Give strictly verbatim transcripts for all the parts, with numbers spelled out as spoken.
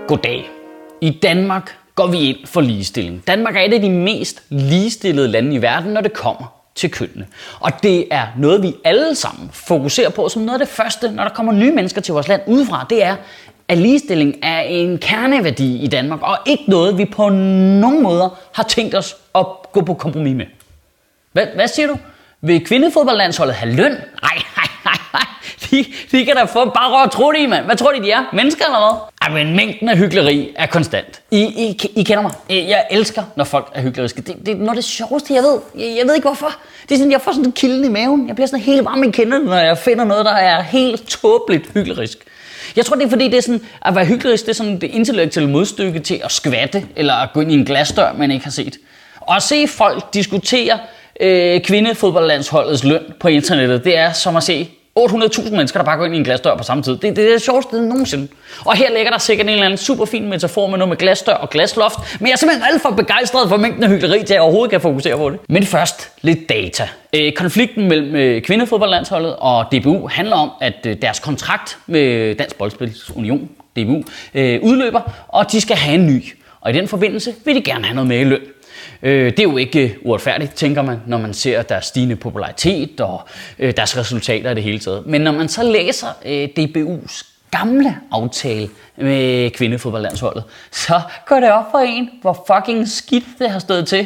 Goddag. I Danmark går vi ind for ligestilling. Danmark er et af de mest ligestillede lande i verden, når det kommer til kønnene. Og det er noget, vi alle sammen fokuserer på som noget af det første, når der kommer nye mennesker til vores land udefra. Det er, at ligestilling er en kerneværdi i Danmark, og ikke noget, vi på nogen måder har tænkt os at gå på kompromis med. Hvad, hvad siger du? Vil kvindefodboldlandsholdet have løn? Nej, nej, nej, nej. De, de kan da få bare røv og tro det i, mand. Hvad tror de, de er? Mennesker eller hvad? Ej, men mængden af hykleri er konstant. I, I, I kender mig. Jeg elsker, når folk er hykleriske. Det, det er noget af det sjoveste, jeg ved. Jeg, jeg ved ikke hvorfor. Det er sådan, jeg får sådan en kilden i maven. Jeg bliver sådan helt varm i kinderne, når jeg finder noget, der er helt tåbeligt hyklerisk. Jeg tror, det er fordi, det er sådan, at være hyklerisk, det er sådan det intellektuelle modstykke til at skvatte, eller at gå ind i en glasdør, man ikke har set. Og at se folk diskutere øh, kvindefodboldlandsholdets løn på internettet, det er som at se otte hundrede tusind mennesker, der bare går ind i en glasdør på samme tid. Det, det er det sjoveste nogensinde. Og her ligger der sikkert en eller anden super fin metafor med noget med glasdør og glasloft, men jeg er simpelthen alt for begejstret for mængden af hykleri, til at jeg overhovedet kan fokusere på det. Men først lidt data. Øh, konflikten mellem øh, kvindefodboldlandsholdet og D B U handler om, at øh, deres kontrakt med Dansk Boldspils Union, D B U, øh, udløber, og de skal have en ny. Og i den forbindelse vil de gerne have noget med i løn. Det er jo ikke uretfærdigt, tænker man, når man ser deres stigende popularitet og deres resultater i det hele taget. Men når man så læser D B U's gamle aftale med kvindefodboldlandsholdet, så går det op for en, hvor fucking skidt det har stået til.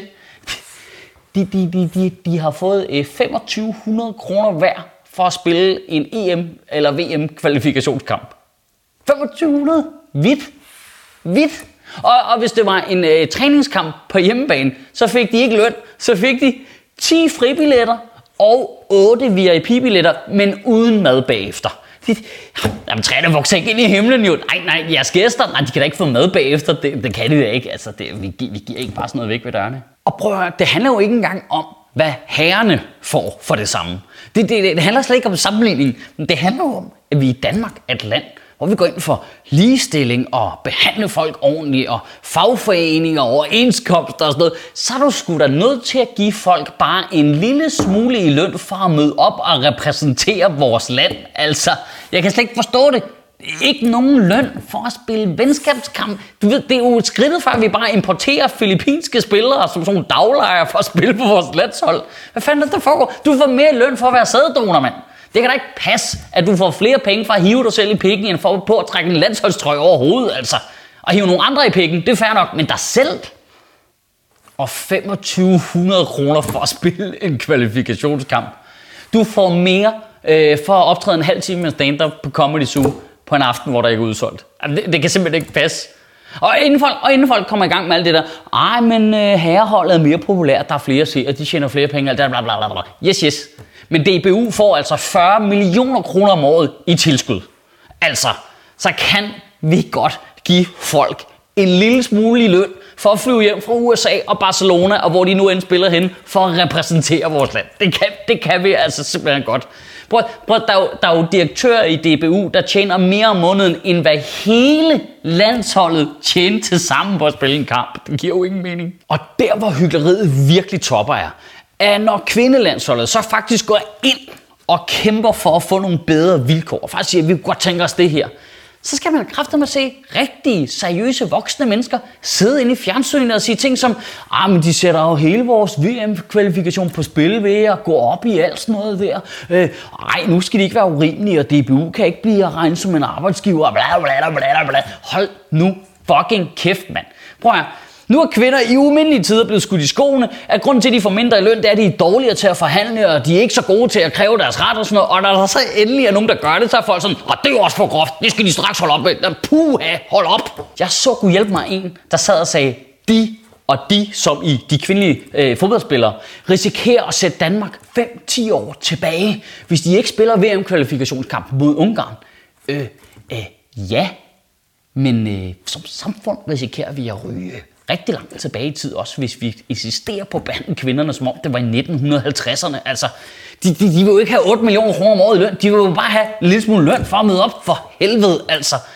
De, de, de, de, de har fået femogtyve hundrede kroner hver for at spille en E M- eller V M-kvalifikationskamp. femogtyve hundrede? Vidt. Vidt. Og, og hvis det var en øh, træningskamp på hjemmebane, så fik de ikke løn. Så fik de ti fribilletter og otte V I P-billetter, men uden mad bagefter. De, jamen, træner vokser ikke ind i himlen jo. Nej, nej, jeres gæster, nej, de kan da ikke få mad bagefter. Det, det kan de da ikke. Altså, det, vi, vi giver ikke bare sådan noget væk ved dørene. Og prøv at høre, det handler jo ikke engang om, hvad herrerne får for det samme. Det, det, det handler slet ikke om sammenligning, men det handler om, at vi i Danmark er et land, hvor vi går ind for ligestilling og behandle folk ordentligt og fagforeninger og overenskomster og sådan noget, så er du sgu da nødt til at give folk bare en lille smule i løn for at møde op og repræsentere vores land. Altså, jeg kan slet ikke forstå det. Ikke nogen løn for at spille venskabskamp. Du ved, det er jo skridtet for, at vi bare importerer filippinske spillere som sådan nogle daglejere for at spille på vores landshold. Hvad fanden er det, der foregår? Du får mere løn for at være sæddonor, mand. Det kan da ikke passe, at du får flere penge for at hive dig selv i pikken, end for på at trække en landsholdstrøje over hovedet, altså. Og hive nogle andre i pikken, det er fair nok, men dig selv. Og femogtyve hundrede kroner for at spille en kvalifikationskamp. Du får mere øh, for at optræde en halv time med stand-up på Comedy Zoo på en aften, hvor der ikke er udsolgt. Altså, det, det kan simpelthen ikke passe. Og inden folk, og inden folk kommer i gang med alt det der, ej, men øh, herreholdet er mere populært, der er flere seere, de tjener flere penge, alt det bla bla bla bla. Yes, yes. Men D B U får altså fyrre millioner kroner om året i tilskud. Altså, så kan vi godt give folk en lille smule i løn for at flyve hjem fra U S A og Barcelona, og hvor de nu end spiller hen, for at repræsentere vores land. Det kan, det kan vi altså simpelthen godt. Prøv, prøv, der, er jo, der er jo direktører i D B U, der tjener mere om måneden, end hvad hele landsholdet tjener til sammen på at spille en kamp. Det giver jo ingen mening. Og der, hvor hykleriet virkelig topper er, at når kvindelandsholdet så faktisk går ind og kæmper for at få nogle bedre vilkår, og faktisk siger, at vi kunne godt tænke os det her, så skal man kraftedeme se rigtige, seriøse, voksne mennesker sidde inde i fjernsynet og sige ting som, ah, men de sætter jo hele vores V M-kvalifikation på spil ved at gå op i alt sådan noget der. Øh, ej, nu skal de ikke være urimelige, og D B U kan ikke blive regnet som en arbejdsgiver, bla bla bla bla. Hold nu fucking kæft, mand. Prøv at nu er kvinder i umindelige tider blevet skudt i skoene, at grunden til, at de får mindre i løn, det er, at de er dårligere til at forhandle, og de er ikke så gode til at kræve deres ret og sådan noget. Og når der så endelig er nogen, der gør det, så er folk sådan, og det er jo også for groft, det skal de straks holde op med. Puha, hold op. Jeg så kunne hjælpe mig en, der sad og sagde, de og de, som i de kvindelige øh, fodboldspillere, risikerer at sætte Danmark fem til ti år tilbage, hvis de ikke spiller V M-kvalifikationskamp mod Ungarn. Øh, øh, ja, men øh, som samfund risikerer vi at ryge rigtig langt tilbage i tid, også hvis vi insisterer på at behandle kvinderne, som om det var i nitten halvtredserne. Altså, de, de, de vil jo ikke have otte millioner kroner om året i løn. De vil jo bare have en lille smule løn for at møde op, for helvede, altså.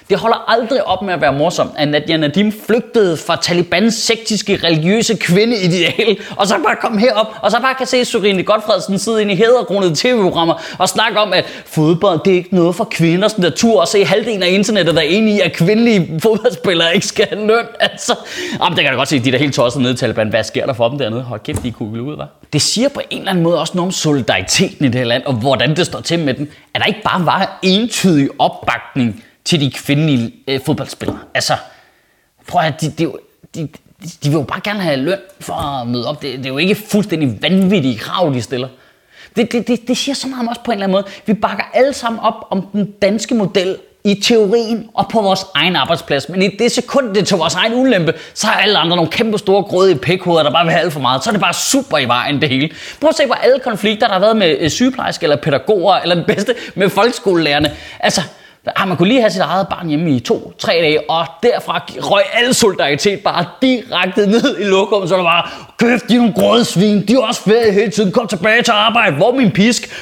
Det holder aldrig op med at være morsomt, at Nadia Nadim flygtede fra Talibans sektiske religiøse kvindeideal, og så bare kom herop, og så bare kan se Sørine Gotfredsen sidde inde i hæderkronede tv-programmer og snakke om, at fodbold, det er ikke noget for kvinders natur, og se halvdelen af internettet, der er enige i, at kvindelige fodboldspillere ikke skal have løn. Altså, jamen, det kan jeg godt se, de der helt tossede nede i Taliban. Hvad sker der for dem dernede? Hold kæft, de kunne ud, hva'? Det siger på en eller anden måde også noget om solidariteten i det her land, og hvordan det står til med den, at der ikke bare var entydig opbakning til de kvindelige øh, fodboldspillere. Altså, prøv at de, de, de, de, de vil jo bare gerne have løn for at møde op. Det, det er jo ikke fuldstændig vanvittige krav, de stiller. Det, det, det, det siger så meget om os på en eller anden måde. Vi bakker alle sammen op om den danske model i teorien og på vores egen arbejdsplads. Men i det sekund, det er til vores egen ulempe, så har alle andre nogle kæmpe store grådige pækhoveder, der bare vil have alt for meget. Så er det bare super i vejen, det hele. Prøv at se på alle konflikter, der har været med sygeplejersker eller pædagoger, eller den bedste med folkeskolelærerne. Altså, man kunne lige have sit eget barn hjemme i to, tre dage, og derfra røg al solidaritet bare direkte ned i lokummet, så der bare, kæft, de er nogle grådige svin, de er også ferie hele tiden, kom tilbage til arbejde, hvor er min pisk?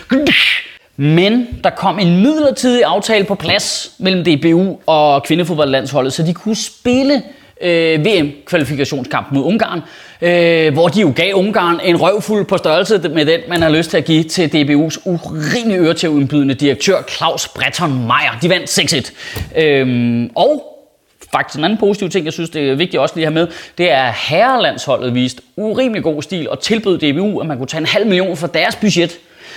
Men der kom en midlertidig aftale på plads mellem D B U og kvindefodboldlandsholdet, så de kunne spille øh, V M-kvalifikationskamp mod Ungarn, øh, hvor de jo gav Ungarn en røvfuld på størrelse med den, man har lyst til at give til D B U's urimelig øretævindbydende direktør Claus Breton Meyer. De vandt seks et. Øh, og faktisk en anden positiv ting, jeg synes, det er vigtigt også lige at have med, det er, at herrelandsholdet viste urimelig god stil og tilbød D B U, at man kunne tage en halv million for deres budget.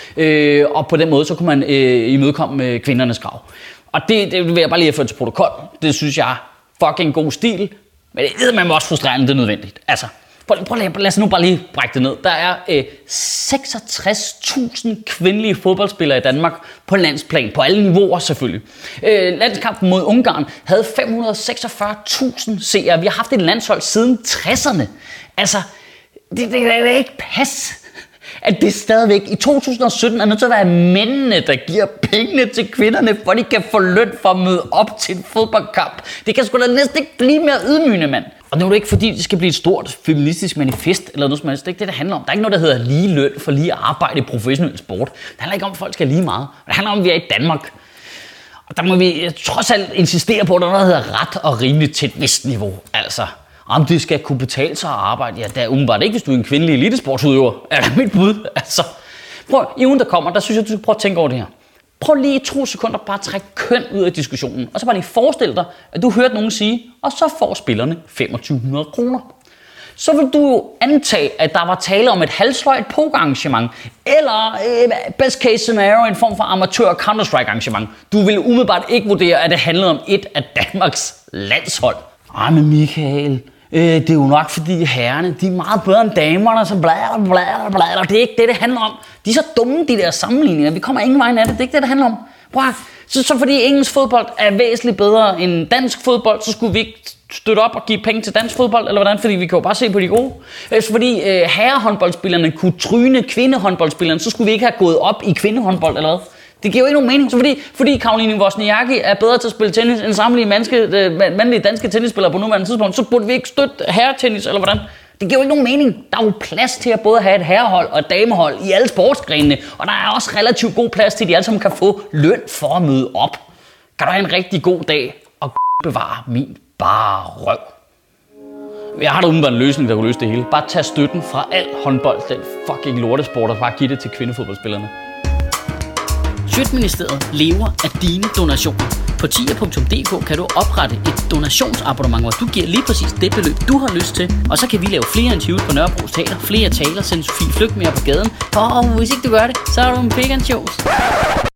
Øh, og på den måde, så kunne man øh, imødekomme øh, kvindernes krav. Og det, det vil jeg bare lige have ført til protokol. Det synes jeg er fucking god stil. Men det ved man også frustrerende, det er nødvendigt. Altså, prøv, prøv, prøv lad os nu bare lige brække det ned. Der er øh, seksogtres tusind kvindelige fodboldspillere i Danmark på landsplan, på alle niveauer selvfølgelig. Øh, landskampen mod Ungarn havde fem hundrede og seksogfyrre tusind seere. Vi har haft et landshold siden tresserne. Altså, det, det, det er ikke pas, at det stadigvæk i to tusind og sytten er nødt til at være mændene, der giver pengene til kvinderne, for de kan få løn for at møde op til en fodboldkamp. Det kan sgu da næsten ikke blive mere ydmygende, mand. Og nu er det ikke fordi, det skal blive et stort feministisk manifest eller noget som helst. Det er ikke det, det handler om. Der er ikke noget, der hedder lige løn for lige arbejde i professionel sport. Det handler ikke om, at folk skal lige meget. Det handler om, at vi er i Danmark. Og der må vi trods alt insistere på, at der er noget, der hedder ret og rimeligt til et vist niveau. Altså, om det skal kunne betale sig at arbejde, ja, det er umiddelbart ikke, hvis du er en kvindelig elitesportsudøver. Er det mit bud? Altså, prøv, i ugen, der kommer, der synes jeg, du skal prøve at tænke over det her. Prøv lige i to sekunder bare at trække køn ud af diskussionen, og så bare lige forestil dig, at du hørte nogen sige, og så får spillerne femogtyve hundrede kroner. Så vil du jo antage, at der var tale om et halvsløjt pokerarrangement, eller øh, best case scenario, en form for amatør Counter-Strike arrangement. Du vil umiddelbart ikke vurdere, at det handlede om et af Danmarks landshold. Ej, men Michael, øh, det er jo nok fordi herrerne, de er meget bedre end damerne, så bladder, bladder, bladder. Det er ikke det, det handler om. De er så dumme, de der sammenligninger. Vi kommer ingen vej af det. Det er ikke det, det handler om. Prøv, så, så fordi engelsk fodbold er væsentligt bedre end dansk fodbold, så skulle vi ikke støtte op og give penge til dansk fodbold, eller hvordan? Fordi vi kan jo bare se på de gode. Så fordi øh, herrehåndboldspillerne kunne tryne kvindehåndboldspillerne, så skulle vi ikke have gået op i kvindehåndbold, eller hvad? Det giver jo ikke nogen mening. Så fordi, fordi Caroline Wozniacki er bedre til at spille tennis end samtlige mandlige, mandlige danske tennisspillere på nuværende tidspunkt, så burde vi ikke støtte herretennis, eller hvordan? Det giver jo ikke nogen mening. Der er jo plads til at både have et herrehold og et damehold i alle sportsgrenene, og der er også relativt god plads til, at de alle sammen kan få løn for at møde op. Kan du have en rigtig god dag og bevare min bare røv. Jeg har da umiddelbart en løsning, der kunne løse det hele. Bare tag støtten fra al håndbold, den fucking lortesport, og bare give det til kvindefodboldspillerne. Sjøtministeriet lever af dine donationer. På tier punktum d k kan du oprette et donationsabonnement, hvor du giver lige præcis det beløb, du har lyst til. Og så kan vi lave flere interviews på Nørrebro Teater, flere taler, sende Sofie Flygt mere på gaden. Og hvis ikke du gør det, så er du en pig and shows.